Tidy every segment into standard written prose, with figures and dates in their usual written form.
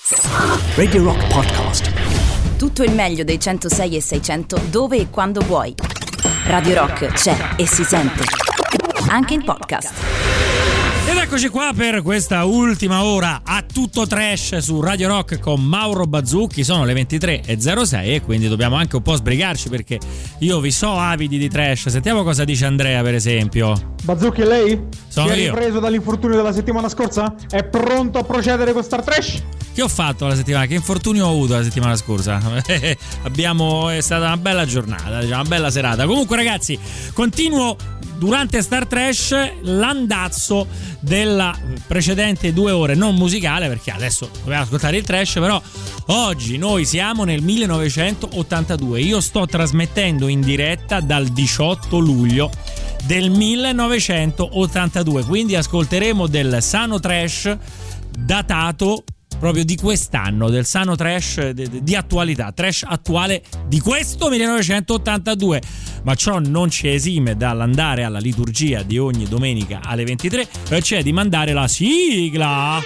Radio Rock Podcast. Tutto il meglio dei 106 e 600 dove e quando vuoi. Radio Rock c'è e si sente anche in podcast. Ed eccoci qua per questa ultima ora a tutto trash su Radio Rock con Mauro Bazzucchi. Sono le 23:06 e quindi dobbiamo anche un po' sbrigarci, perché io vi so avidi di trash. Sentiamo cosa dice Andrea, per esempio. Bazzucchi, è lei? Sono si è io. ripreso dall'infortunio della settimana scorsa? È pronto a procedere con Star Trash? Che ho fatto la settimana? Che infortunio ho avuto la settimana scorsa? È stata una bella giornata, diciamo, una bella serata. Comunque ragazzi, continuo durante Star Trash l'andazzo della precedente 2 ore, non musicale, perché adesso dobbiamo ascoltare il trash, però oggi noi siamo nel 1982. Io sto trasmettendo in diretta dal 18 luglio del 1982, quindi ascolteremo del sano trash datato proprio di quest'anno, del sano trash di attualità, trash attuale di questo 1982. Ma ciò non ci esime dall'andare alla liturgia di ogni domenica alle 23, cioè di mandare la sigla.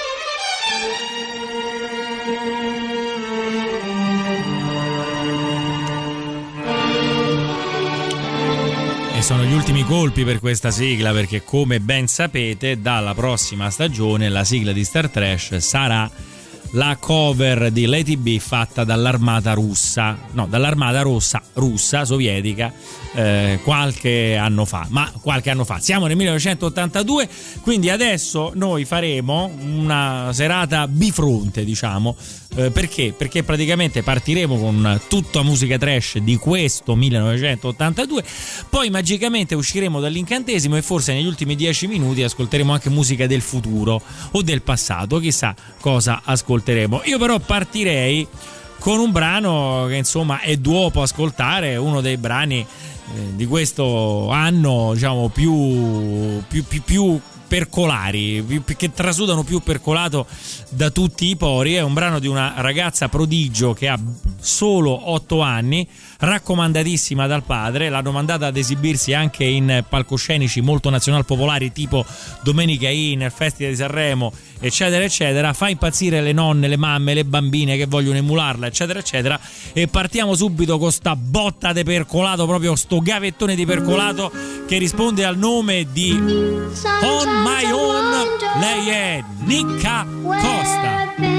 E sono gli ultimi colpi per questa sigla, perché come ben sapete dalla prossima stagione la sigla di Star Trash sarà la cover di Lady B fatta dall'armata russa, no, dall'armata russa sovietica qualche anno fa. Siamo nel 1982, quindi adesso noi faremo una serata bifronte, diciamo. Perché praticamente partiremo con tutta musica trash di questo 1982, poi magicamente usciremo dall'incantesimo e forse negli ultimi 10 minuti ascolteremo anche musica del futuro o del passato, chissà cosa ascolteremo. Io però partirei con un brano che insomma è duopo ascoltare, uno dei brani di questo anno, diciamo più percolari, che trasudano più percolato da tutti i pori. È un brano di una ragazza prodigio che ha solo 8 anni, raccomandatissima dal padre. L'hanno mandata ad esibirsi anche in palcoscenici molto nazional-popolari tipo Domenica In, il Festival di Sanremo, eccetera eccetera. Fa impazzire le nonne, le mamme, le bambine che vogliono emularla, eccetera eccetera. E partiamo subito con sta botta di percolato, proprio sto gavettone di percolato che risponde al nome di On My Own. Lei è Nicca Costa.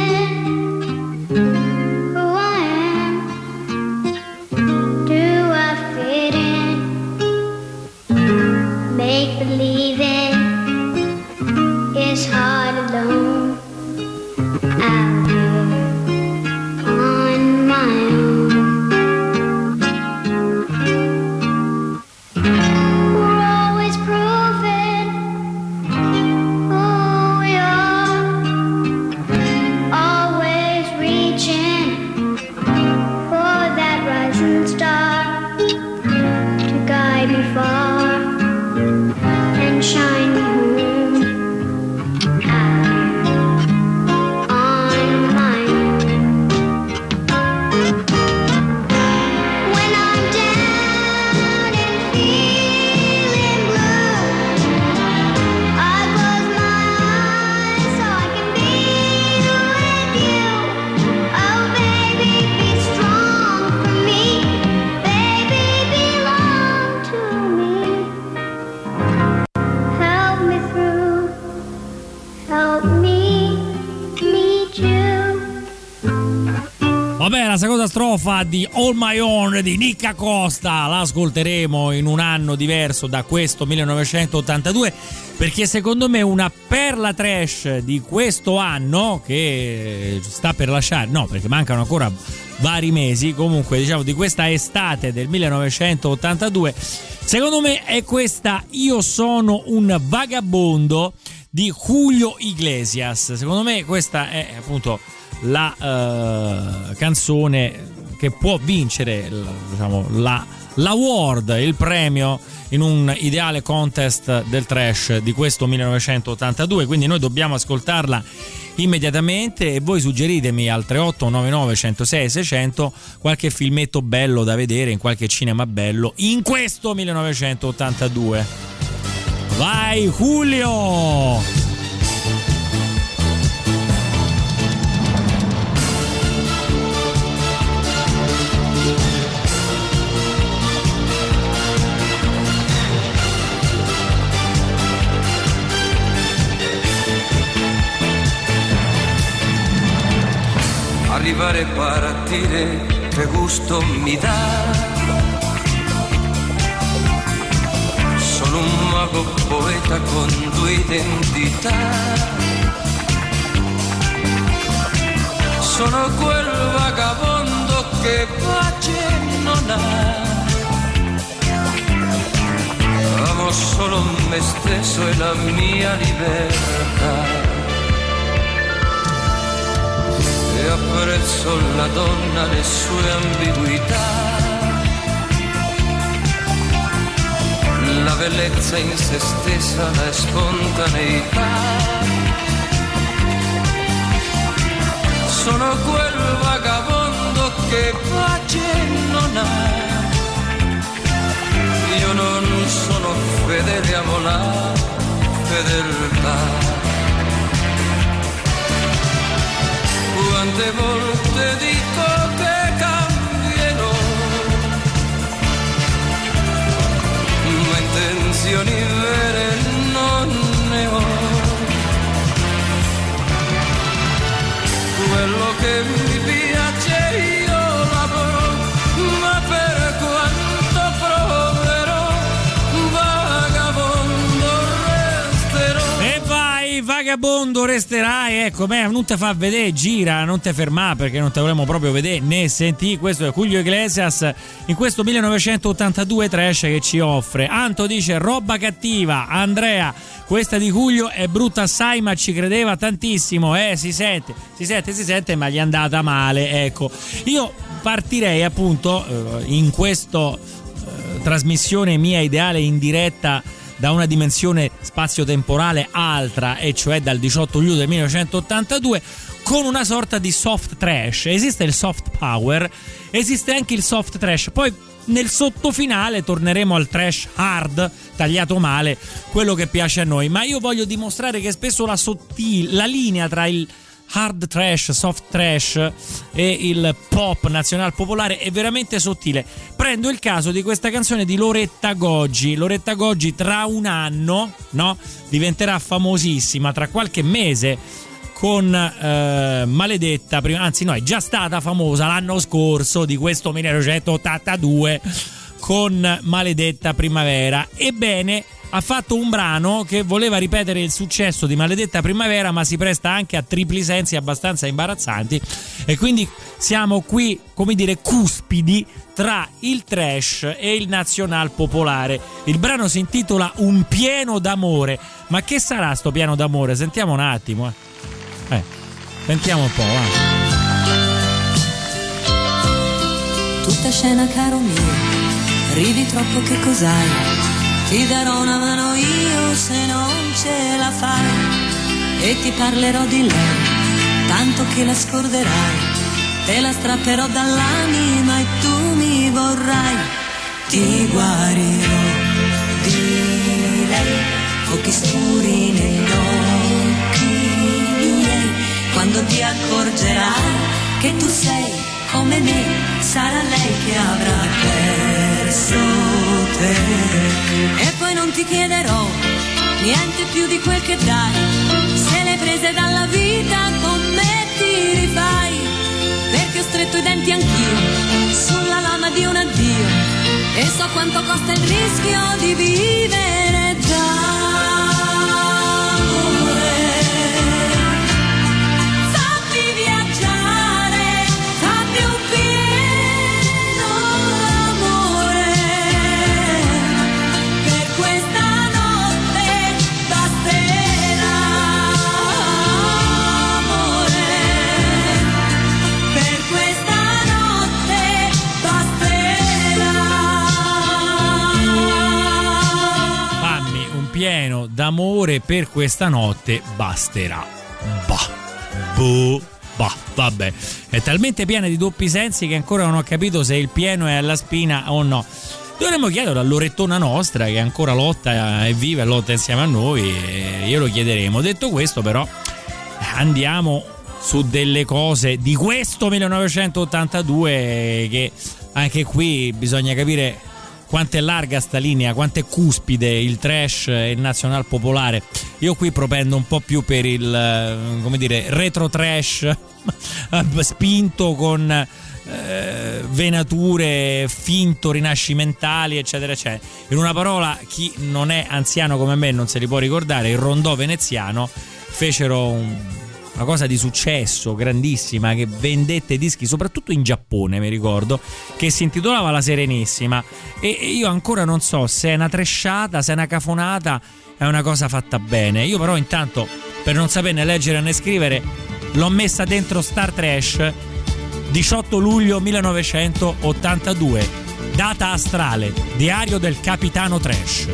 Make believing is hard alone out here on my own. We're always proving who we are, always reaching for that rising star to guide me far and shine me home out here on my own. When I'm down and feeling blue, I close my eyes so I can be with you. Oh baby, be strong for me, baby, belong to me. Help me through, help me meet you. Vabbè, la seconda strofa di All My Own di Nicca Costa la ascolteremo in un anno diverso da questo 1982, perché secondo me una perla trash di questo anno che sta per lasciare, no, perché mancano ancora vari mesi, comunque diciamo di questa estate del 1982, secondo me è questa Io sono un vagabondo di Julio Iglesias. Secondo me questa è appunto la canzone che può vincere, diciamo, l'award, il premio in un ideale contest del trash di questo 1982, quindi noi dobbiamo ascoltarla immediatamente e voi suggeritemi al 3899 106 600 qualche filmetto bello da vedere in qualche cinema bello in questo 1982. Vai Julio! arrivare e partire, che gusto mi dà. Sono un mago poeta con due identità. Sono quel vagabondo che pace non ha. Amo solo me stesso e la mia libertà. E apprezzo la donna, le sue ambiguità. La bellezza in se stessa, la spontaneità. Sono quel vagabondo che pace non ha. Io non sono fedele, amo la fedeltà. Quante volte dico che cambierò, ma intenzioni vere non ne ho. Quello che mi piace io lavoro, ma per quanto proverò, vagabondo resterò. E vai, vagabondo resterai. Ecco, non te fa vedere, gira, non te ferma, perché non te vogliamo proprio vedere né sentire. Questo è Julio Iglesias in questo 1982 trash che ci offre. Anto dice roba cattiva. Andrea, questa di Julio è brutta assai, ma ci credeva tantissimo. Si sente, ma gli è andata male. Ecco, io partirei appunto in questa trasmissione mia ideale in diretta da una dimensione spazio-temporale altra, e cioè dal 18 luglio del 1982, con una sorta di soft trash. Esiste il soft power, esiste anche il soft trash. Poi nel sottofinale torneremo al trash hard, tagliato male, quello che piace a noi. Ma io voglio dimostrare che spesso la linea tra il hard trash, soft trash e il pop nazional popolare è veramente sottile. Prendo il caso di questa canzone di Loretta Goggi. Loretta Goggi tra un anno, diventerà famosissima, tra qualche mese, con Maledetta, anzi no, è già stata famosa l'anno scorso di questo 1982 con Maledetta Primavera. Ebbene, ha fatto un brano che voleva ripetere il successo di Maledetta Primavera, ma si presta anche a tripli sensi abbastanza imbarazzanti, e quindi siamo qui, come dire, cuspidi tra il trash e il nazional popolare. Il brano si intitola Un pieno d'amore. Ma che sarà sto pieno d'amore? Sentiamo un attimo, sentiamo un po', Tutta scena, caro mio, ridi troppo, che cos'hai? Ti darò una mano io se non ce la fai, e ti parlerò di lei, tanto che la scorderai. Te la strapperò dall'anima e tu mi vorrai. Ti guarirò di lei, occhi scuri negli occhi miei. Quando ti accorgerai che tu sei come me, sarà lei che avrà perso te. E poi non ti chiederò niente più di quel che dai, se le prese dalla vita con me ti rifai, perché ho stretto i denti anch'io sulla lama di un addio, e so quanto costa il rischio di vivere d'amore. Fatti viaggiare, fatti un pieno d'amore, per questa notte basterà amore, per questa notte basterà. fammi un pieno d'amore, per questa notte basterà. Vabbè, è talmente piena di doppi sensi che ancora non ho capito se il pieno è alla spina o no. Dovremmo chiederlo a Lorettona nostra, che ancora lotta e vive e lotta insieme a noi, e glielo chiederemo. Detto questo, però, andiamo su delle cose di questo 1982 che anche qui bisogna capire quanto è larga sta linea, quanto è cuspide il trash e il nazional popolare. Io qui propendo un po' più per il, come dire, retro trash spinto con venature finto rinascimentali, eccetera eccetera. In una parola, chi non è anziano come me non se li può ricordare, il rondò veneziano fecero una cosa di successo grandissima che vendette dischi soprattutto in Giappone, mi ricordo, che si intitolava La Serenissima, e io ancora non so se è una trashata, se è una cafonata, è una cosa fatta bene. Io però intanto, per non saperne leggere né scrivere, l'ho messa dentro Star Trash, 18 luglio 1982, data astrale, diario del capitano Trash.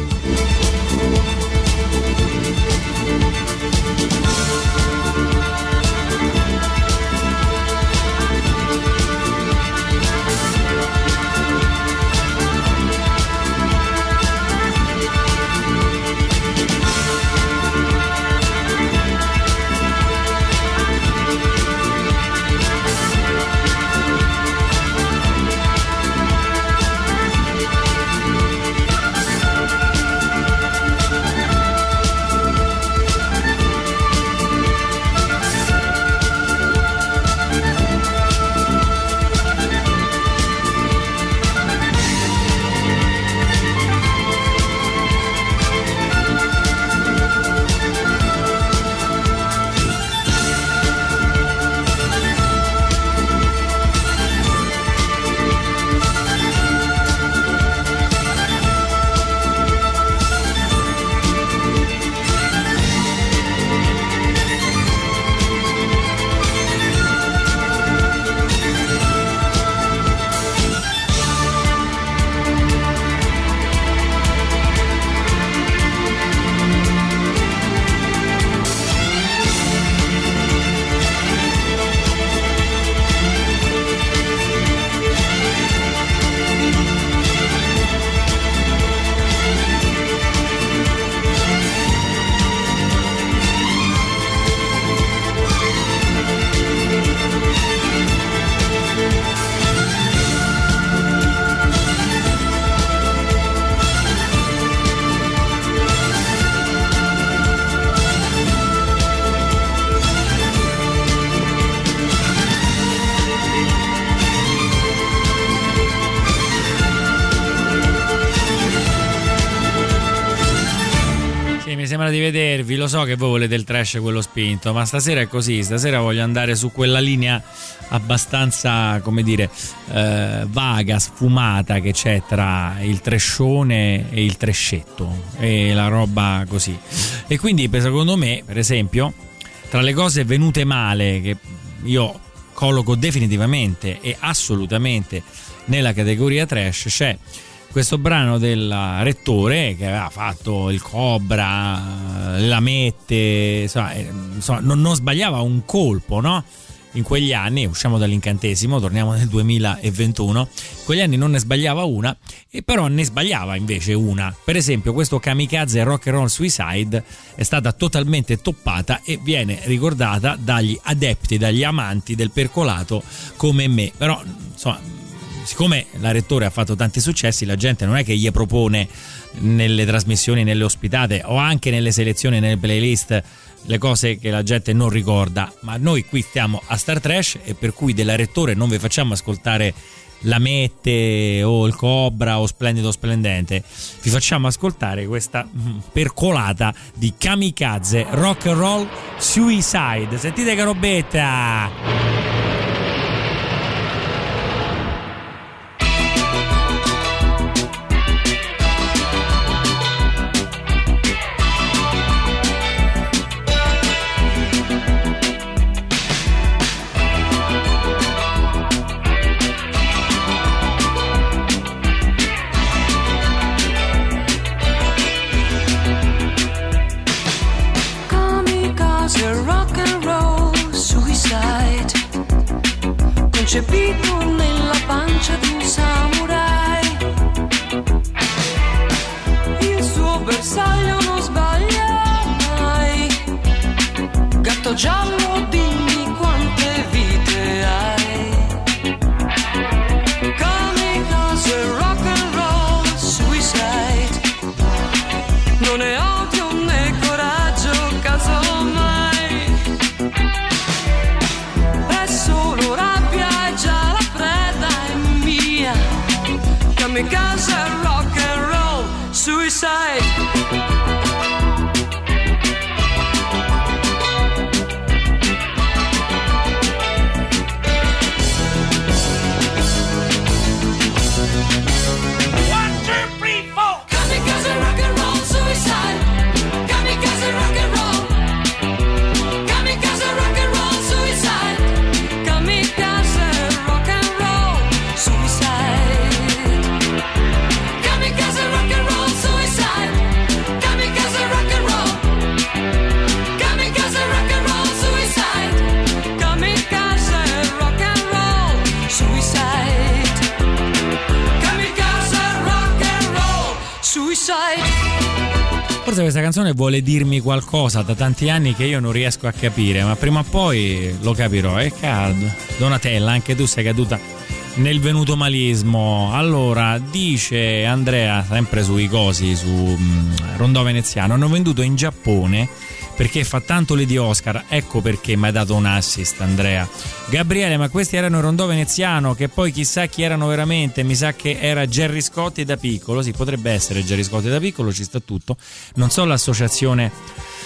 Di vedervi, lo so che voi volete il trash quello spinto, ma stasera è così, stasera voglio andare su quella linea abbastanza, come dire, vaga, sfumata che c'è tra il trashone e il trascetto e la roba così. E quindi secondo me, per esempio, tra le cose venute male che io colloco definitivamente e assolutamente nella categoria trash, c'è questo brano del Rettore che aveva fatto il Cobra, la Mette, insomma, non sbagliava un colpo, no? In quegli anni, usciamo dall'incantesimo, torniamo nel 2021, in quegli anni non ne sbagliava una, e però ne sbagliava invece una. Per esempio questo Kamikaze Rock and Roll Suicide è stata totalmente toppata e viene ricordata dagli adepti, dagli amanti del percolato come me. Però insomma, siccome la Rettore ha fatto tanti successi, la gente non è che gli propone nelle trasmissioni, nelle ospitate o anche nelle selezioni, nelle playlist, le cose che la gente non ricorda, ma noi qui stiamo a Star Trash e per cui della Rettore non vi facciamo ascoltare la Mette o il Cobra o Splendido Splendente, vi facciamo ascoltare questa percolata di Kamikaze Rock and Roll Suicide. Sentite che robetta! Concepito nella pancia di un samurai, il suo bersaglio non sbaglia mai. Gatto giallo, dimmi quante vite hai. Kamikaze rock and roll Kamikaze, rock and roll, suicide. Forse questa canzone vuole dirmi qualcosa da tanti anni che io non riesco a capire, ma prima o poi lo capirò. E Donatella, anche tu sei caduta nel venutomalismo. Allora, dice Andrea, sempre sui cosi, su Rondò Veneziano, hanno venduto in Giappone perché fa tanto Lady Oscar, ecco perché mi ha dato un assist. Andrea. Gabriele, ma questi erano il Rondò Veneziano, che poi chissà chi erano veramente, mi sa che era Gerry Scotti da piccolo. Sì, potrebbe essere Gerry Scotti da piccolo, ci sta tutto. Non so l'associazione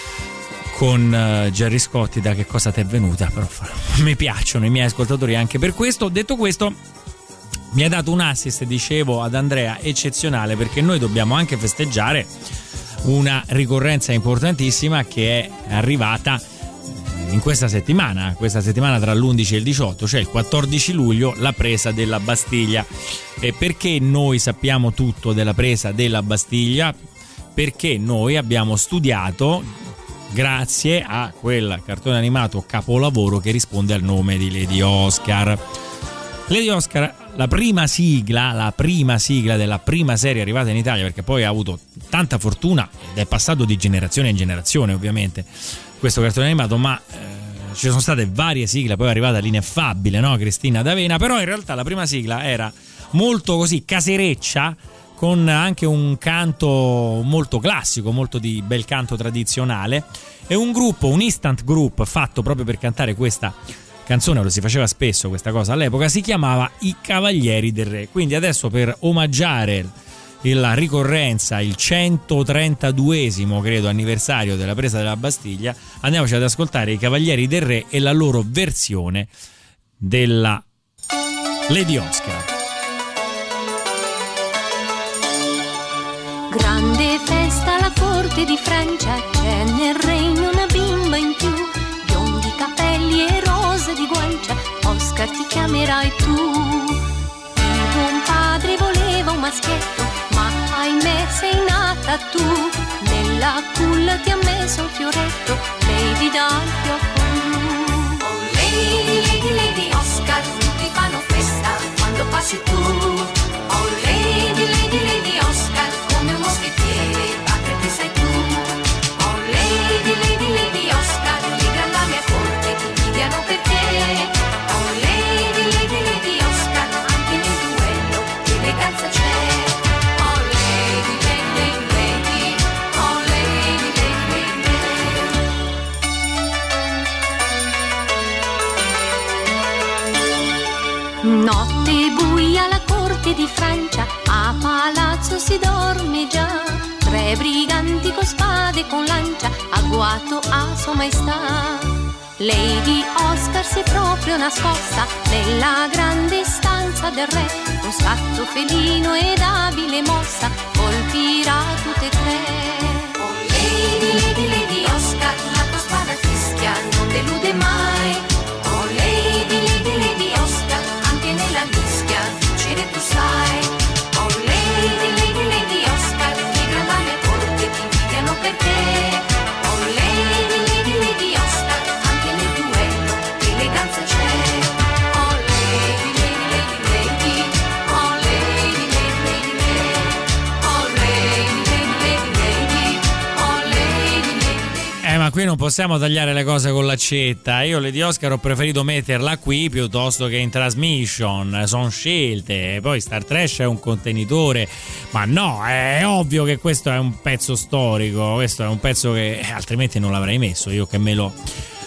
con Gerry Scotti da che cosa ti è venuta, però mi piacciono i miei ascoltatori anche per questo. Detto questo, mi ha dato un assist, dicevo, ad Andrea, eccezionale, perché noi dobbiamo anche festeggiare una ricorrenza importantissima che è arrivata in questa settimana tra l'11 e il 18, cioè il 14 luglio, la presa della Bastiglia. E perché noi sappiamo tutto della presa della Bastiglia? Perché noi abbiamo studiato grazie a quel cartone animato capolavoro che risponde al nome di Lady Oscar. Lady Oscar, la prima sigla della prima serie arrivata in Italia, perché poi ha avuto tanta fortuna ed è passato di generazione in generazione ovviamente questo cartone animato, ma ci sono state varie sigle, poi è arrivata l'ineffabile, no? Cristina D'Avena, però in realtà la prima sigla era molto così casereccia, con anche un canto molto classico, molto di bel canto tradizionale, e un instant group fatto proprio per cantare questa canzone, lo si faceva spesso questa cosa all'epoca, si chiamava I Cavalieri del Re. Quindi adesso, per omaggiare la ricorrenza, il 132esimo credo anniversario della presa della Bastiglia, andiamoci ad ascoltare I Cavalieri del Re e la loro versione della Lady Oscar. Grande festa alla corte di Francia, c'è nel regno una bimba in più, biondi capelli e rose di guancia, Oscar ti chiamerai tu. Il buon padre voleva un maschietto, ma ahimè sei nata tu, nella culla ti ha messo un fioretto, Lady dal fiocco blu. Oh Lady, Lady, Lady Oscar, tutti fanno festa quando passi tu. Oh Lady, Lady, Lady Oscar, come un moschettiere, padre che sei tu. Oh Lady, Lady, Lady Oscar, i gran dame a corte ti invidiano per te. Oh Lady, Lady, Lady Oscar, anche nel duello eleganza c'è. Oh Lady, Lady, Lady, oh Lady, Lady, Lady. Notte buia alla corte di Francia, a palazzo si dorme già, 3 briganti con spade e con lancia, agguato a sua maestà. Lady Oscar si è proprio nascosta nella grande stanza del re, con scatto felino ed abile mossa colpirà tutte e 3. Oh Lady, Lady, Lady Oscar, la tua spada fischia non delude mai. Oh Lady, Lady, Lady Oscar, anche nella mischia vincere tu sai. Oh Lady, Lady, Lady Oscar, i gran dame a corte ti invidiano per te. Oh Lady, Lady, Lady Oscar, anche nel duello eleganza c'è. Oh Lady, Lady, Lady, Lady, oh Lady, Lady, Lady, Lady, oh Lady, Lady, Lady, Lady, oh Lady, Lady. Ma qui non possiamo tagliare le cose con l'accetta. Io Lady Oscar ho preferito metterla qui piuttosto che in Transmission, sono scelte. Poi Star Trash è un contenitore, ma no, è ovvio che questo è un pezzo storico, questo è un pezzo che altrimenti non l'avrei messo io, che me lo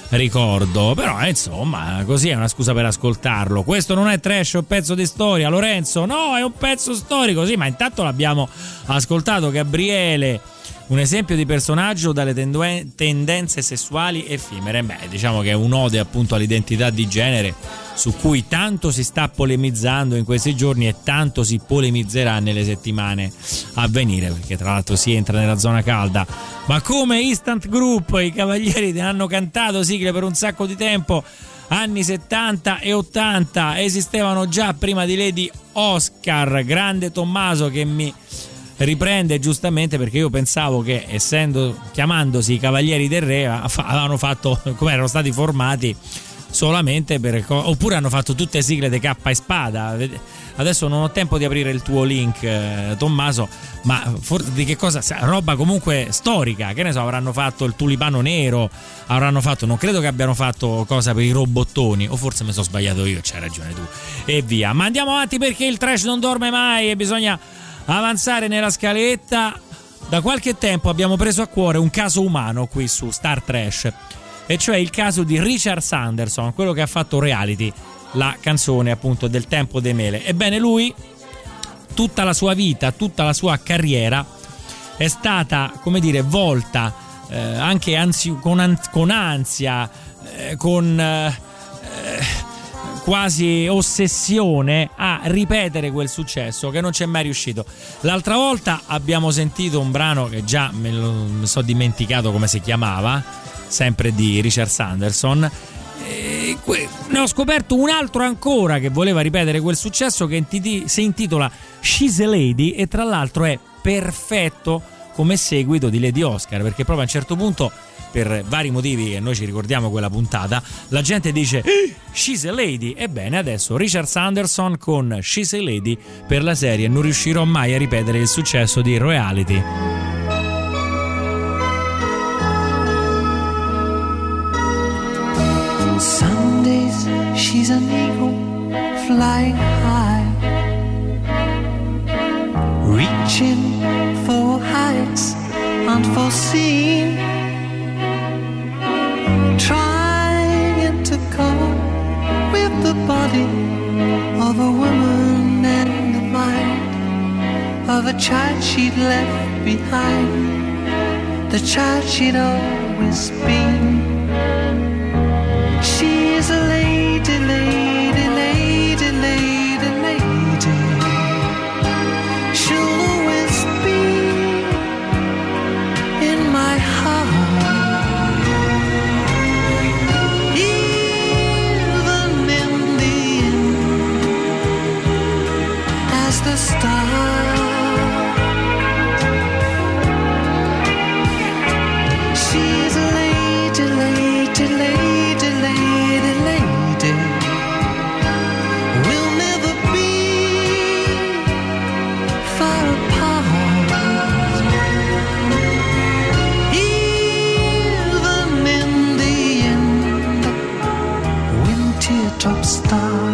ricordo. Però insomma, così è una scusa per ascoltarlo. Questo non è trash, è un pezzo di storia, Lorenzo. No, è un pezzo storico, sì, ma intanto l'abbiamo ascoltato. Gabriele, un esempio di personaggio dalle tendenze sessuali effimere. Beh, diciamo che è un'ode appunto all'identità di genere su cui tanto si sta polemizzando in questi giorni e tanto si polemizzerà nelle settimane a venire, perché tra l'altro si entra nella zona calda. Ma come Instant Group, i Cavalieri hanno cantato sigle per un sacco di tempo, anni 70 e 80, esistevano già prima di Lady Oscar. Grande Tommaso che mi riprende giustamente, perché io pensavo che chiamandosi i Cavalieri del Re avevano fatto, come erano stati formati solamente oppure hanno fatto tutte sigle di K e Spada. Adesso non ho tempo di aprire il tuo link, Tommaso, ma di che cosa? Roba comunque storica, che ne so, avranno fatto il Tulipano Nero, non credo che abbiano fatto cosa per i robottoni, o forse mi sono sbagliato io, c'hai ragione tu, e via. Ma andiamo avanti, perché il trash non dorme mai e bisogna avanzare nella scaletta. Da qualche tempo abbiamo preso a cuore un caso umano qui su Star Trash, e cioè il caso di Richard Sanderson, quello che ha fatto Reality, la canzone appunto del Tempo dei Mele. Ebbene, lui, tutta la sua vita, tutta la sua carriera è stata, come dire, volta anche con ansia, con quasi ossessione a ripetere quel successo che non c'è mai riuscito. L'altra volta abbiamo sentito un brano che già mi so dimenticato come si chiamava, sempre di Richard Sanderson. Ne ho scoperto un altro ancora che voleva ripetere quel successo, che si intitola She's a Lady, e tra l'altro è perfetto come seguito di Lady Oscar, perché proprio a un certo punto, per vari motivi che noi ci ricordiamo quella puntata, la gente dice She's a Lady. Ebbene, adesso Richard Sanderson con She's a Lady per la serie Non riuscirò mai a ripetere il successo di Reality. Some days she's an eagle flying high, reaching for heights unforeseen, trying to cope with the body of a woman and the mind of a child she'd left behind, the child she'd always been. She is a lady, lady, lady, lady, lady. She'll always be in my heart, even in the end, as the stars. She's a lady, lady, lady, lady, lady. We'll never be far apart, even in the end, when teardrops start.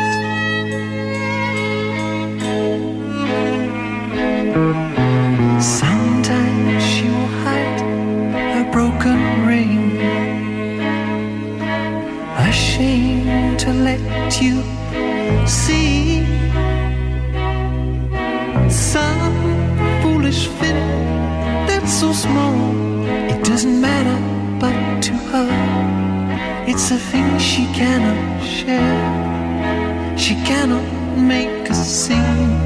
Sometimes she will hide her broken ring, ashamed to let you see some foolish fit that's so small it doesn't matter, but to her it's a thing she cannot share, she cannot make a scene.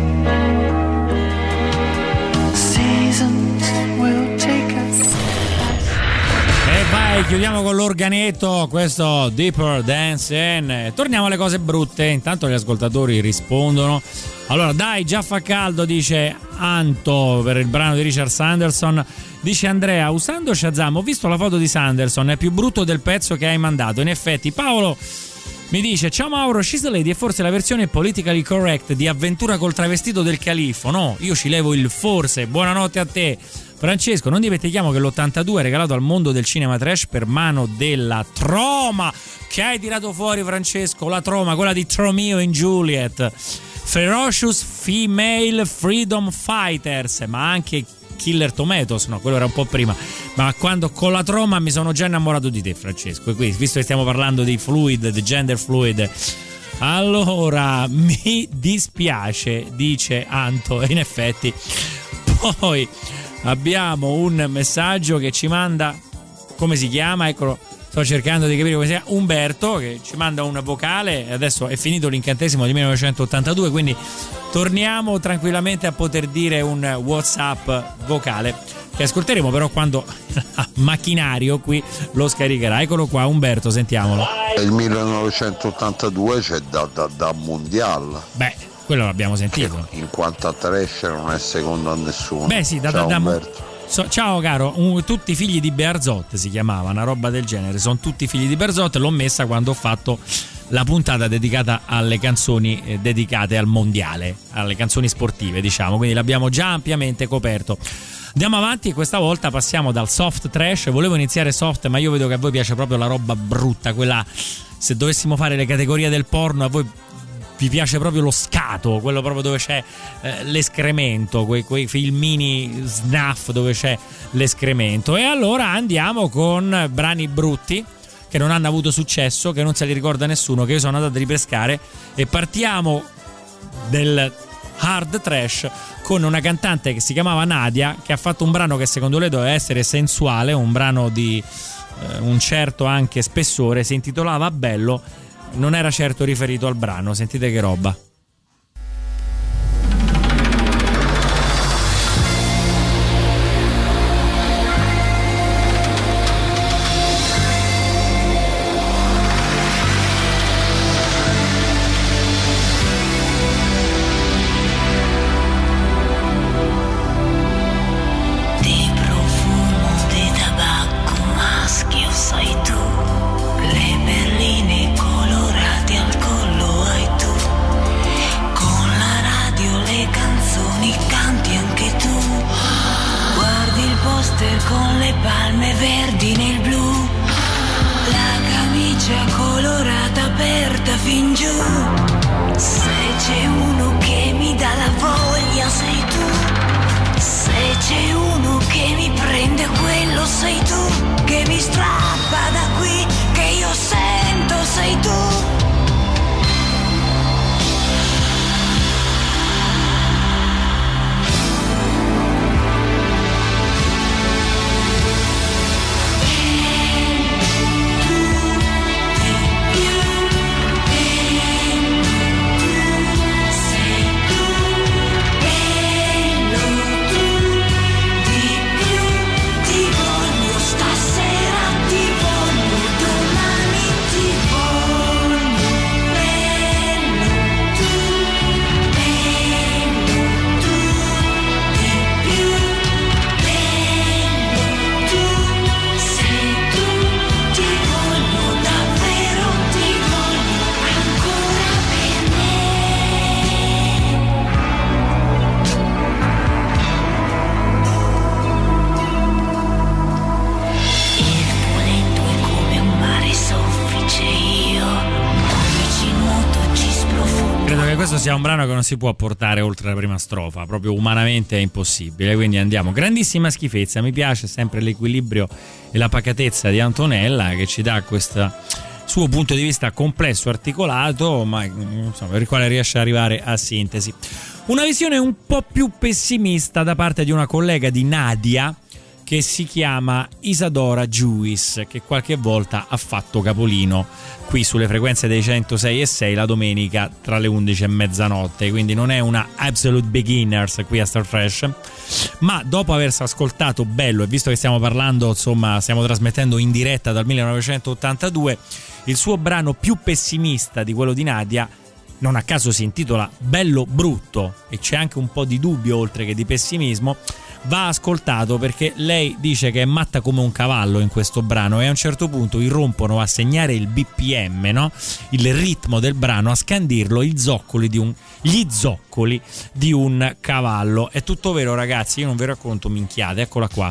Seasons will take us. E vai, chiudiamo con l'organetto questo Deeper Dancing. Torniamo alle cose brutte, intanto gli ascoltatori rispondono. Allora, dai, già fa caldo, dice Anto per il brano di Richard Sanderson. Dice Andrea, usando Shazam ho visto la foto di Sanderson, è più brutto del pezzo che hai mandato. In effetti. Paolo mi dice, ciao Mauro, She's a Lady è forse la versione politically correct di Avventura col travestito del califfo. No, io ci levo il forse. Buonanotte a te. Francesco, non dimentichiamo che l'82 è regalato al mondo del cinema trash per mano della Troma. Che hai tirato fuori, Francesco? La Troma, quella di Romeo and Juliet. Ferocious Female Freedom Fighters, ma anche Killer Tomatoes, no, quello era un po' prima, ma quando con la Troma mi sono già innamorato di te, Francesco, e qui, visto che stiamo parlando di fluid, di gender fluid, allora mi dispiace, dice Anto, e in effetti poi abbiamo un messaggio che ci manda, come si chiama, eccolo, sto cercando di capire come si chiama, Umberto, che ci manda un vocale. Adesso è finito l'incantesimo di 1982, quindi torniamo tranquillamente a poter dire un WhatsApp vocale che ascolteremo però quando il macchinario qui lo scaricherà. Eccolo qua, Umberto, sentiamolo. Il 1982 c'è da mondial. Beh, quello l'abbiamo sentito. In quanto a trash non è secondo a nessuno. Beh sì, Ciao, Umberto. Ciao caro, tutti figli di Bearzot si chiamava, una roba del genere. Sono tutti figli di Bearzot. L'ho messa quando ho fatto la puntata dedicata alle canzoni dedicate al mondiale, alle canzoni sportive, diciamo, quindi l'abbiamo già ampiamente coperto. Andiamo avanti e questa volta passiamo dal soft trash. Volevo iniziare soft, ma io vedo che a voi piace proprio la roba brutta, quella, se dovessimo fare le categorie del porno, a voi vi piace proprio lo scato, quello proprio dove c'è l'escremento, quei filmini snuff dove c'è l'escremento. E allora andiamo con brani brutti che non hanno avuto successo, che non se li ricorda nessuno, che io sono andato a ripescare, e partiamo del hard trash con una cantante che si chiamava Nadia, che ha fatto un brano che secondo lei doveva essere sensuale, un brano di un certo anche spessore, si intitolava Bello, non era certo riferito al brano. Sentite che roba. con le palme verdi nel blu, la camicia colorata aperta fin giù. Se c'è uno che mi dà la voglia sei tu, se c'è uno che mi prende quello sei tu, che mi strappa da qui che io sento sei tu. Sia un brano che non si può portare oltre la prima strofa, proprio umanamente è impossibile, quindi andiamo. Grandissima schifezza, mi piace sempre l'equilibrio e la pacatezza di Antonella che ci dà questo suo punto di vista complesso, articolato, ma insomma, per il quale riesce ad arrivare a sintesi. Una visione un po' più pessimista da parte di una collega di Nadia che si chiama Isadora Juice, che qualche volta ha fatto capolino qui sulle frequenze dei 106.6 la domenica tra le 11 e mezzanotte, quindi non è una absolute beginners qui a Star Fresh, ma dopo aversi ascoltato Bello, e visto che stiamo parlando, insomma stiamo trasmettendo in diretta dal 1982, il suo brano più pessimista di quello di Nadia non a caso si intitola Bello Brutto, e c'è anche un po' di dubbio oltre che di pessimismo, va ascoltato perché lei dice che è matta come un cavallo in questo brano, e a un certo punto irrompono a segnare il BPM, no? Il ritmo del brano, a scandirlo gli zoccoli di un cavallo. È tutto vero, ragazzi, io non vi racconto minchiate, eccola qua.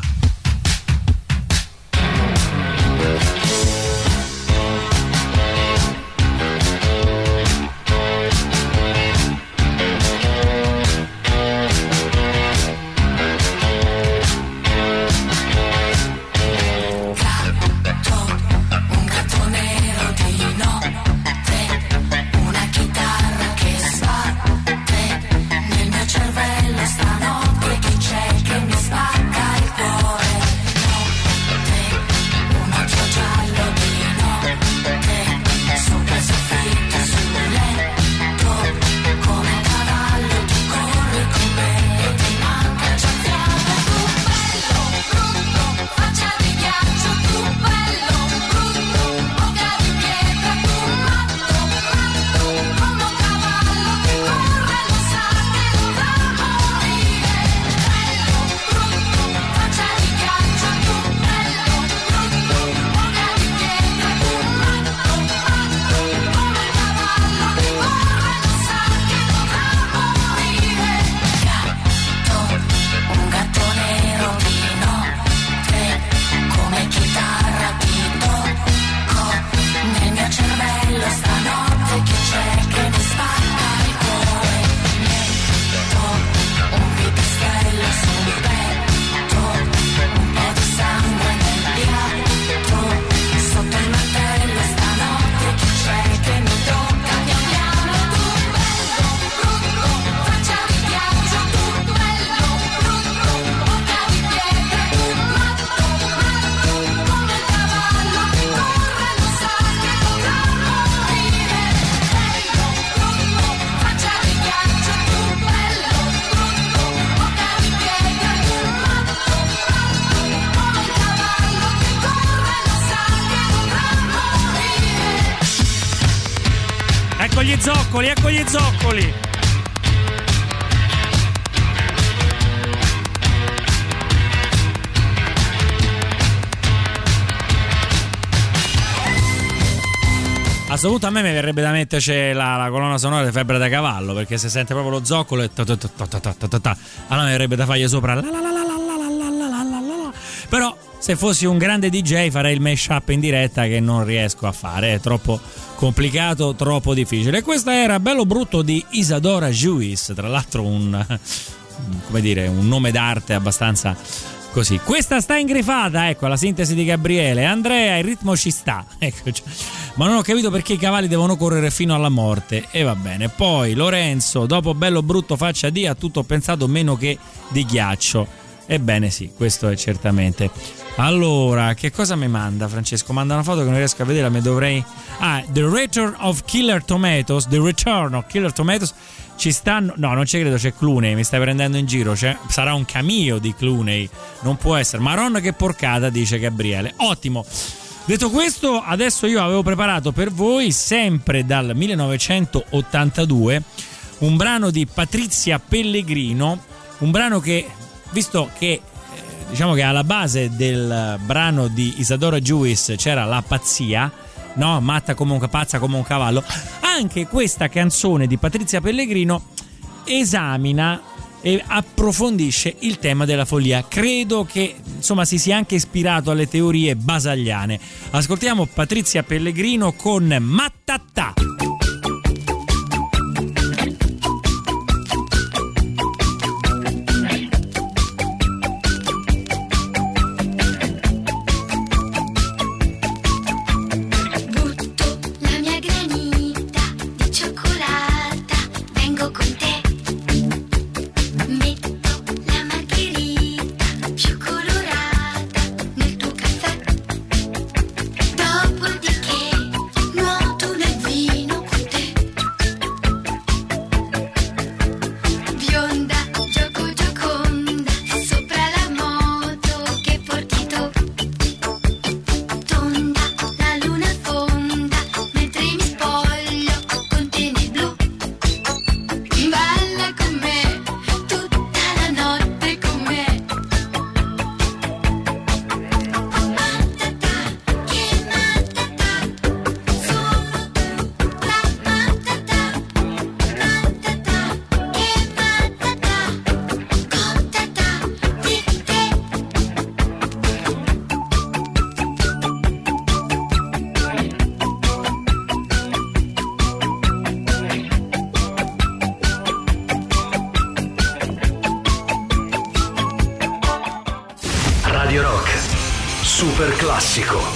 zoccoli, ecco gli zoccoli. A questo punto a me mi verrebbe da metterci la colonna sonora di Febbre da cavallo, perché se sente proprio lo zoccolo e allora mi verrebbe da fargli sopra la. Però se fossi un grande DJ farei il mashup in diretta, che non riesco a fare, è troppo complicato, troppo difficile. E questo era Bello Brutto di Isadora Juice, tra l'altro un nome d'arte abbastanza così. Questa sta ingrifata, ecco la sintesi di Gabriele. Andrea, il ritmo ci sta, ecco, ma non ho capito perché i cavalli devono correre fino alla morte. E va bene. Poi Lorenzo, dopo Bello Brutto faccia D, a tutto ho pensato meno che di ghiaccio. Ebbene sì, questo è certamente. Allora, che cosa mi manda Francesco? Manda una foto che non riesco a vedere, mi dovrei. The Return of Killer Tomatoes. The Return of Killer Tomatoes. Ci stanno. No, non ci credo, c'è Clooney, mi stai prendendo in giro. Sarà un cameo di Clooney. Non può essere. Maron, che porcata, dice Gabriele. Ottimo. Detto questo, adesso io avevo preparato per voi, sempre dal 1982, un brano di Patrizia Pellegrino, un brano che, visto che diciamo che alla base del brano di Isadora Juice c'era la pazzia, no? Matta come pazza come un cavallo, anche questa canzone di Patrizia Pellegrino esamina e approfondisce il tema della follia. Credo che insomma si sia anche ispirato alle teorie basagliane. Ascoltiamo Patrizia Pellegrino con Mattattà. Super classico.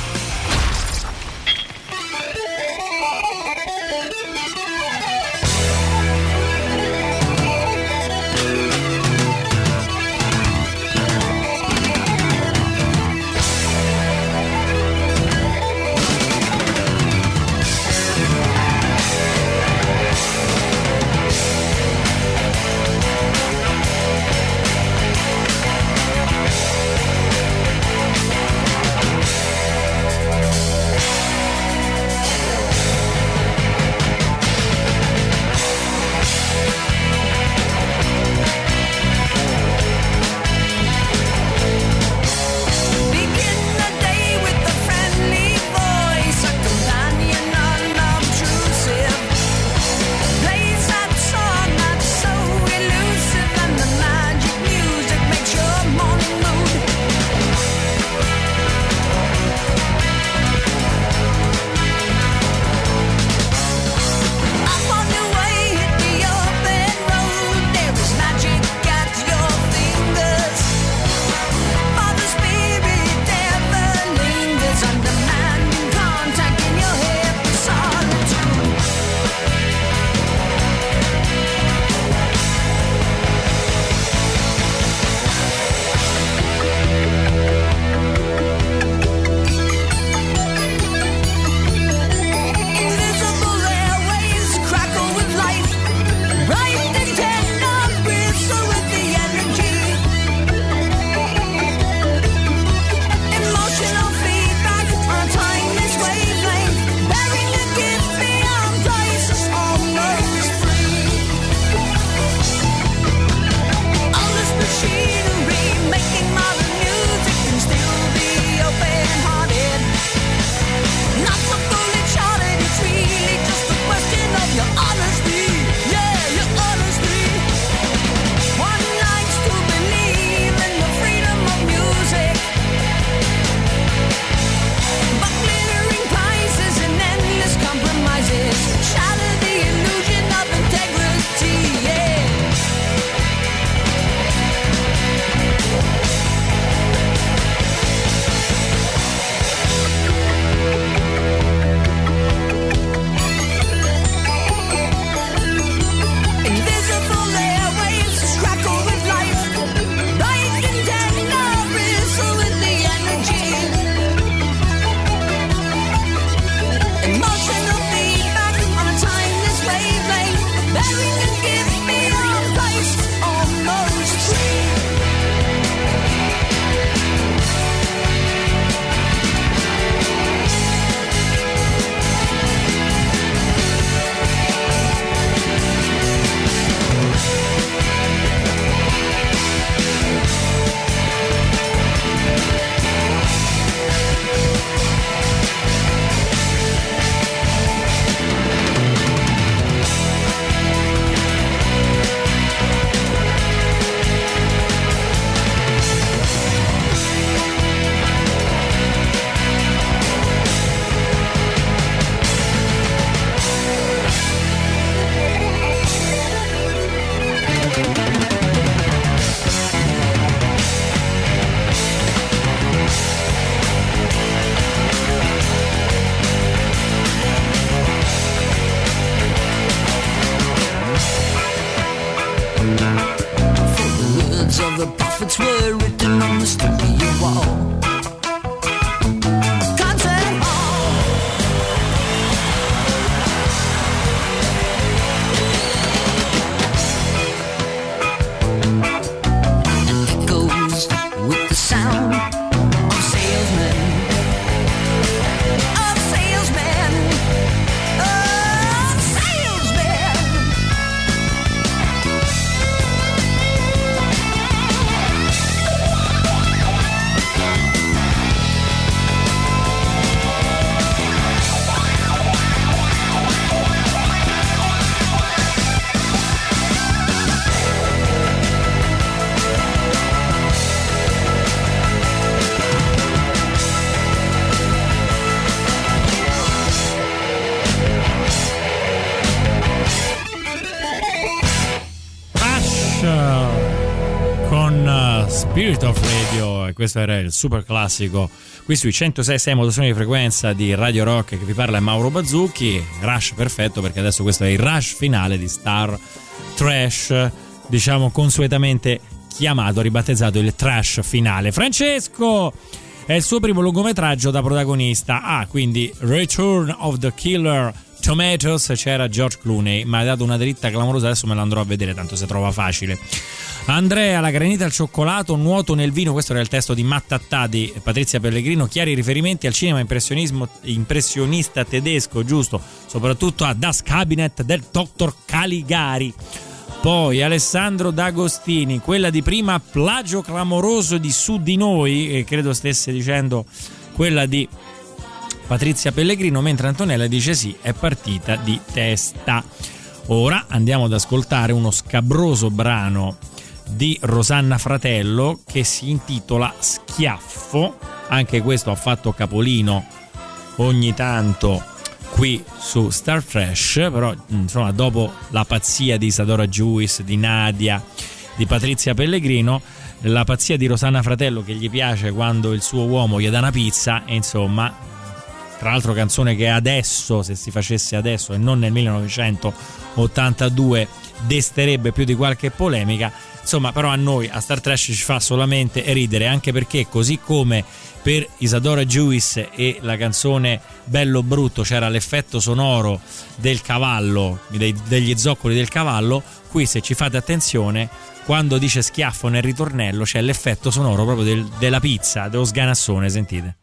con Spirit of Radio, e questo era il super classico qui sui 106 modulazioni di frequenza di Radio Rock. Che vi parla è Mauro Bazzucchi. Rush perfetto, perché adesso questo è il rush finale di Star Trash, diciamo consuetamente chiamato, ribattezzato il trash finale. Francesco è il suo primo lungometraggio da protagonista. Quindi Return of the Killer Tomatoes, c'era George Clooney, ma ha dato una dritta clamorosa, adesso me lo andrò a vedere, tanto si trova facile. Andrea, la granita al cioccolato, nuoto nel vino, questo era il testo di Mattattà di Patrizia Pellegrino, chiari riferimenti al cinema impressionista tedesco, giusto, soprattutto a Das Cabinet del Dr. Caligari. Poi Alessandro D'Agostini, quella di prima, plagio clamoroso di Su di noi, e credo stesse dicendo quella di Patrizia Pellegrino, mentre Antonella dice sì, è partita di testa. Ora andiamo ad ascoltare uno scabroso brano di Rosanna Fratello che si intitola Schiaffo. Anche questo ha fatto capolino ogni tanto qui su Star Trash, però insomma dopo la pazzia di Isadora Giuis, di Nadia, di Patrizia Pellegrino, la pazzia di Rosanna Fratello che gli piace quando il suo uomo gli dà una pizza, e insomma, tra l'altro canzone che adesso, se si facesse adesso e non nel 1982, desterebbe più di qualche polemica. Insomma, però a noi a Star Trash ci fa solamente ridere, anche perché così come per Isadora Giuis e la canzone Bello Brutto c'era l'effetto sonoro del cavallo, degli zoccoli del cavallo, qui se ci fate attenzione, quando dice schiaffo nel ritornello c'è l'effetto sonoro proprio della pizza, dello sganassone, sentite.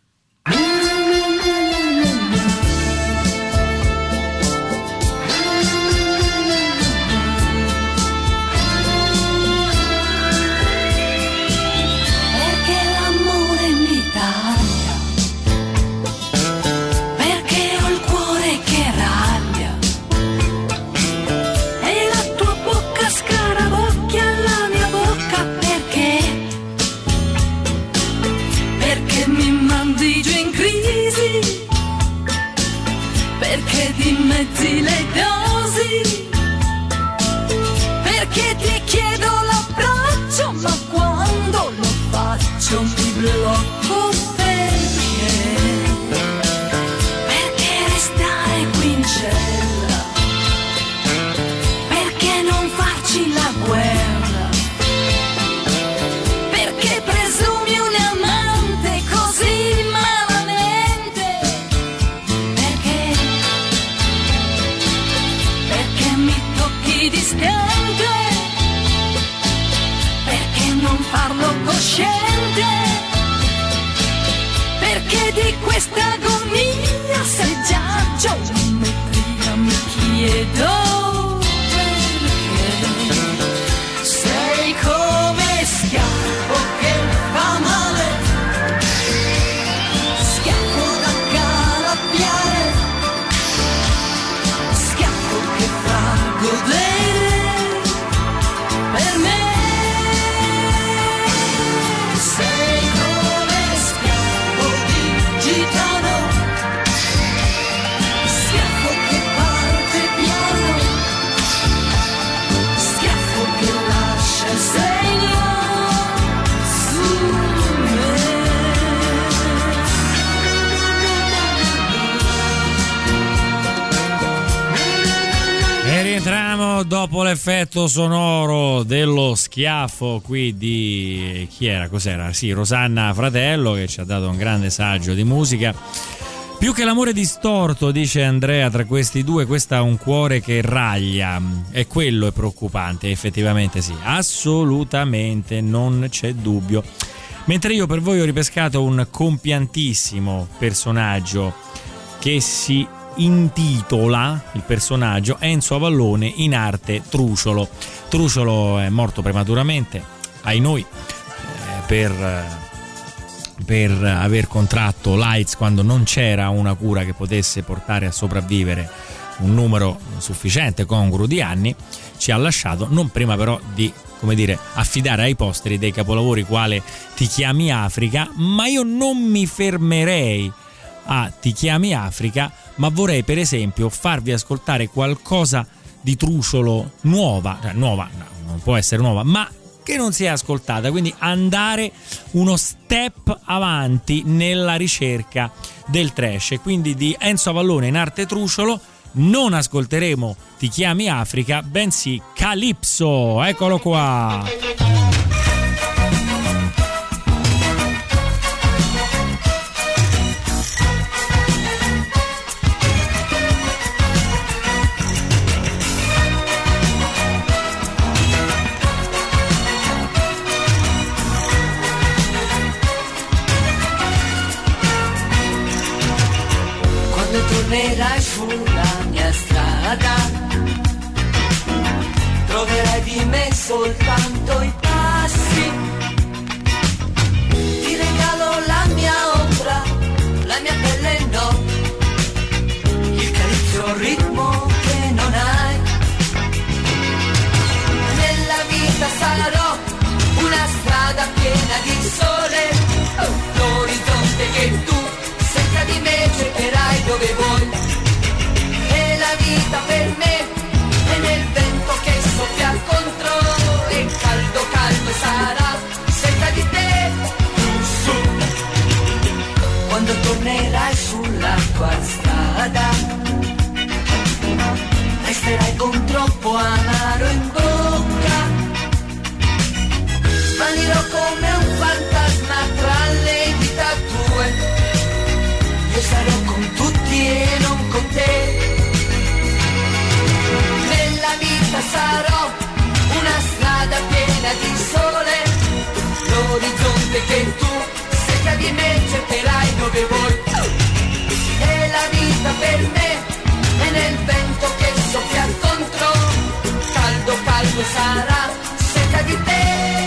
Metti le dosi, perché ti chiedo l'abbraccio, ma quando lo faccio mi blocco. Perché restare qui in cella, perché non farci la guerra, perché presumi un amante così malamente, perché mi tocchi distante, perché non farlo cosciente, perché di questa agonia sei già geometria, mi chiedo perché sei come schiaffo che fa male, schiaffo da calappiare, schiaffo che fa godere per me. Sei come schiaffo di gitano, schiaffo che parte piano, schiaffo che lascia il segno su E rientriamo dopo l'effetto sonoro dello schiaffo qui di chi era? Cos'era? Sì, Rosanna Fratello, che ci ha dato un grande saggio di musica. Più che l'amore distorto, dice Andrea, tra questi due, questo ha un cuore che raglia, e quello è preoccupante. Effettivamente sì, assolutamente, non c'è dubbio. Mentre io per voi ho ripescato un compiantissimo personaggio che si intitola, il personaggio, Enzo Avallone, in arte Truciolo. Truciolo è morto prematuramente, ai noi, per aver contratto l'AIDS quando non c'era una cura che potesse portare a sopravvivere un numero sufficiente, congruo di anni. Ci ha lasciato, non prima però di, come dire, affidare ai posteri dei capolavori quale Ti chiami Africa, ma io non mi fermerei a Ti chiami Africa, ma vorrei per esempio farvi ascoltare qualcosa di truciolo nuova, cioè nuova, no, non può essere nuova, ma che non si è ascoltata, quindi andare uno step avanti nella ricerca del trash. E quindi di Enzo Avallone in arte truciolo non ascolteremo Ti chiami Africa, bensì Calypso. Eccolo qua. Tornerai sulla mia strada, troverai di me soltanto i passi, ti regalo la mia ombra, la mia pelle no, il calypso, il ritmo che non hai. Nella vita sarò una strada piena di sole, l'orizzonte che tu cerca di me cercherai dove vuoi. E la vita per me è nel vento che soffia contro, e caldo caldo sarà cerca di te su. Quando tornerai sulla tua strada resterai con troppo amaro in bocca, svanirò come un fantasma tra le dita tue, io sarò con tutti e non con te. Nella vita sarò una strada piena di sole, l'orizzonte che tu cerca di me cercherai dove vuoi. E la vita per me è nel vento che soffia contro, caldo caldo sarà cerca di te.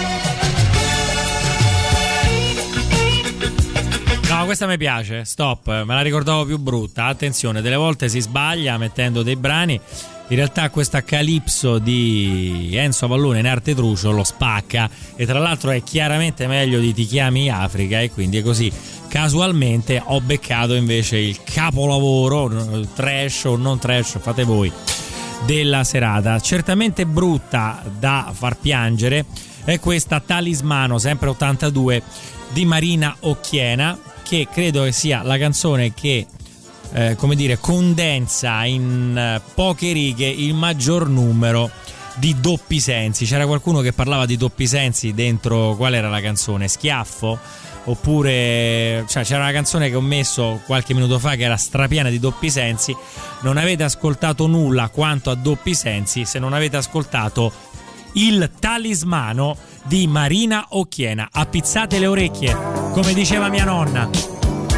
No, questa mi piace, stop, me la ricordavo più brutta. Attenzione, delle volte si sbaglia mettendo dei brani. In realtà questa Calypso di Enzo Avallone in arte truciolo spacca, e tra l'altro è chiaramente meglio di Ti chiami Africa, e quindi è così. Casualmente ho beccato invece il capolavoro, trash o non trash, fate voi, della serata. Certamente brutta da far piangere è questa Talismano, sempre 82, di Marina Occhiena, che credo che sia la canzone che come dire, condensa in poche righe il maggior numero di doppi sensi. C'era qualcuno che parlava di doppi sensi dentro, qual era la canzone? Schiaffo? Oppure, cioè, c'era una canzone che ho messo qualche minuto fa che era strapiena di doppi sensi. Non avete ascoltato nulla quanto a doppi sensi se non avete ascoltato il Talismano di Marina Occhiena. Appizzate le orecchie, come diceva mia nonna.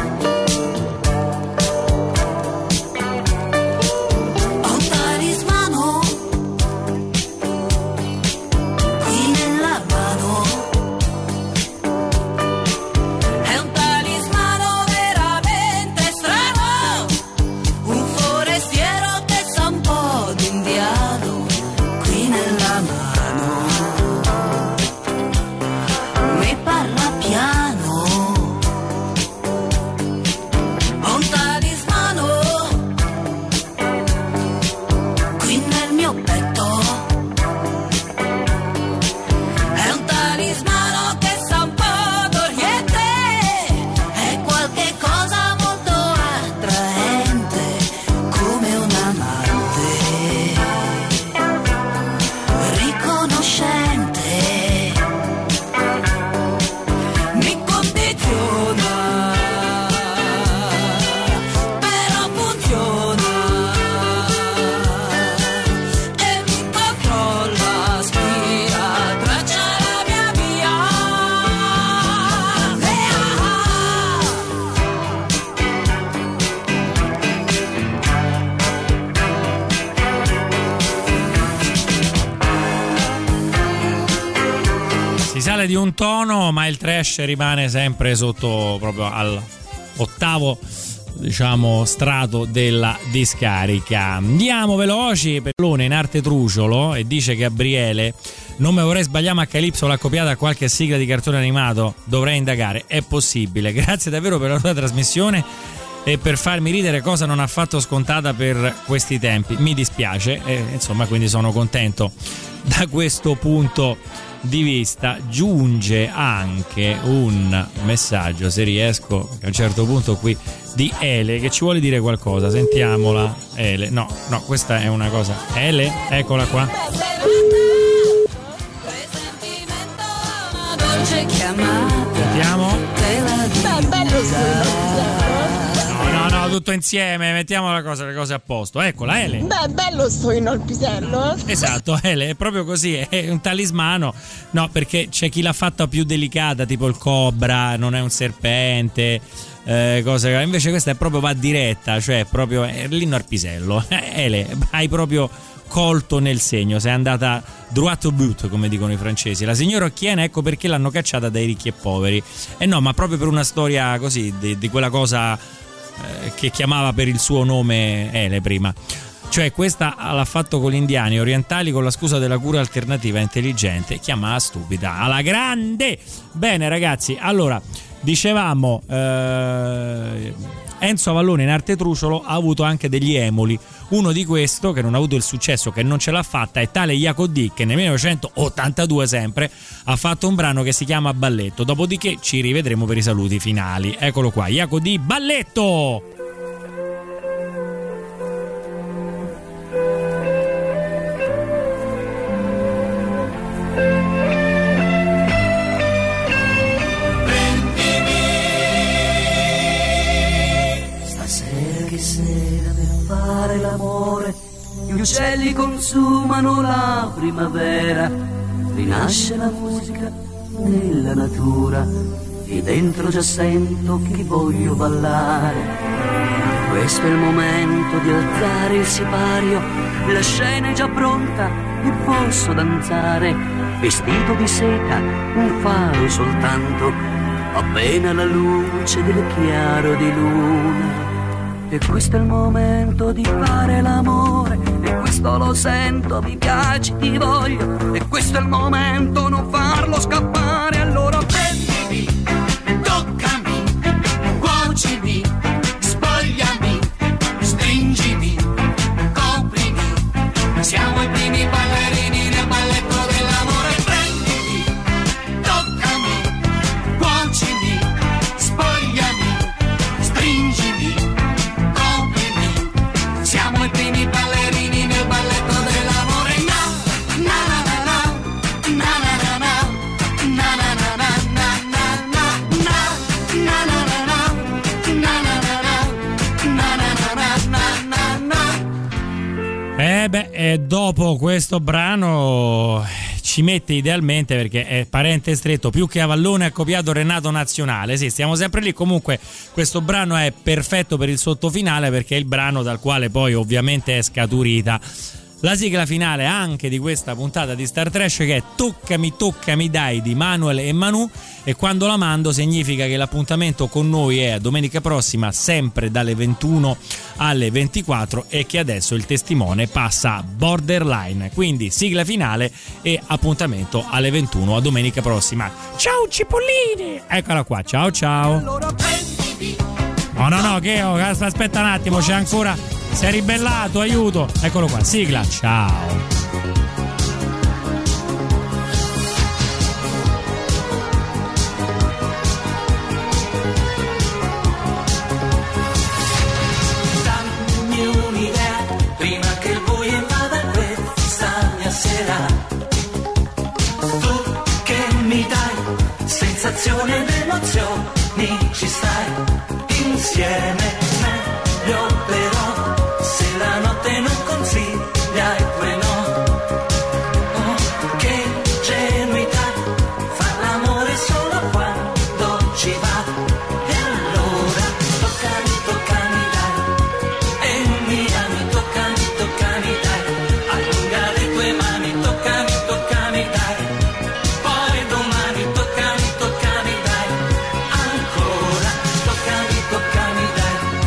Di un tono, ma il trash rimane sempre sotto, proprio all'ottavo, diciamo, strato della discarica. Andiamo veloci. Pellone in arte truciolo, e dice Gabriele: non me vorrei sbagliare, ma Calypso l'ha copiata a qualche sigla di cartone animato, dovrei indagare, è possibile. Grazie davvero per la tua trasmissione e per farmi ridere, cosa non affatto scontata per questi tempi. Mi dispiace, insomma, quindi sono contento da questo punto di vista. Giunge anche un messaggio, se riesco a un certo punto qui, di Ele, che ci vuole dire qualcosa. Sentiamola. Ele, no, questa è una cosa. Ele, eccola qua. Sentiamo. No, tutto insieme, mettiamo le cose a posto. Eccola, Ele. Bello sto in al pisello. Esatto, Ele, è proprio così, è un talismano. No, perché c'è chi l'ha fatta più delicata, tipo il cobra, non è un serpente, cose. Invece questa è proprio va diretta, cioè proprio l'inno al pisello. Ele, hai proprio colto nel segno, sei andata droit au but, come dicono i francesi. La signora Occhiena, ecco perché l'hanno cacciata dai ricchi e poveri. No, ma proprio per una storia così, di quella cosa che chiamava per il suo nome Ele prima. Cioè questa l'ha fatto con gli indiani orientali con la scusa della cura alternativa intelligente, chiamava stupida alla grande. Bene ragazzi, allora dicevamo Enzo Avallone in arte truciolo ha avuto anche degli emuli. Uno di questo, che non ha avuto il successo, che non ce l'ha fatta, è tale Jaco D, che nel 1982 sempre ha fatto un brano che si chiama Balletto. Dopodiché ci rivedremo per i saluti finali. Eccolo qua, Jaco D, Balletto! L'amore, gli uccelli consumano la primavera, rinasce la musica nella natura e dentro già sento che voglio ballare. Questo è il momento di alzare il sipario, la scena è già pronta e posso danzare, vestito di seta, un faro soltanto, appena la luce del chiaro di luna. E questo è il momento di fare l'amore, e questo lo sento, mi piaci, ti voglio, e questo è il momento, non farlo scappare. Allora prendimi, toccami, cuocimi, spogliami, stringimi, coprimi, siamo i primi ballerini nel balletto dell'amore. Prendimi, toccami, cuocimi, spogliami, stringimi, siamo i primi ballerini nel balletto dell'amore. Na na na na na na na na na na E dopo questo brano ci mette idealmente, perché è parente stretto, più che Avallone ha copiato Renato Nazionale. Sì, stiamo sempre lì. Comunque questo brano è perfetto per il sottofinale, perché è il brano dal quale poi ovviamente è scaturita la sigla finale anche di questa puntata di Star Trash, che è Toccami Toccami Dai di Manuel e Manu, e quando la mando significa che l'appuntamento con noi è domenica prossima, sempre dalle 21 alle 24, e che adesso il testimone passa a Borderline. Quindi sigla finale e appuntamento alle 21 a domenica prossima. Ciao Cipollini, eccola qua, ciao ciao. No, che aspetta un attimo, c'è ancora. Sei ribellato, aiuto. Eccolo qua, sigla, ciao. Dammi un'idea prima che il buio invada questa mia sera. Tu che mi dai sensazioni ed emozioni, ci stai insieme meglio però. La notte non consiglia i tuoi no. Oh, che genuità, far l'amore solo quando ci va. E allora toccami, toccami dai, e mi ami, toccami, toccami dai, allunga le tue mani, toccami, toccami dai, poi domani toccami, toccami dai, ancora toccami, toccami dai.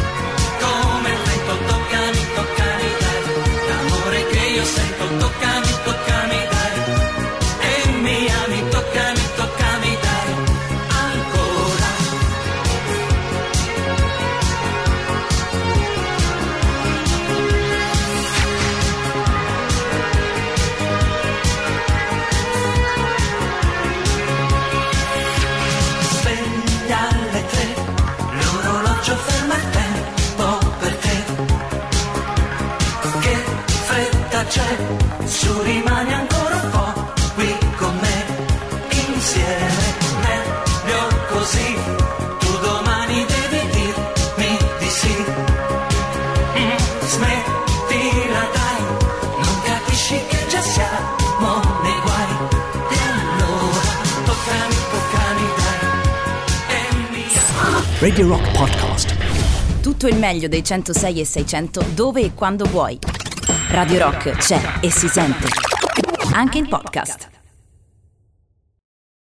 c'è, su rimani ancora un po' qui con me, insieme, meglio così, tu domani devi dirmi di sì, smettila dai, non capisci che già siamo nei guai, e allora toccami dai, e mia. Radio Rock Podcast. Tutto il meglio dei 106 e 600 dove e quando vuoi. Radio Rock c'è e si sente. Anche in podcast.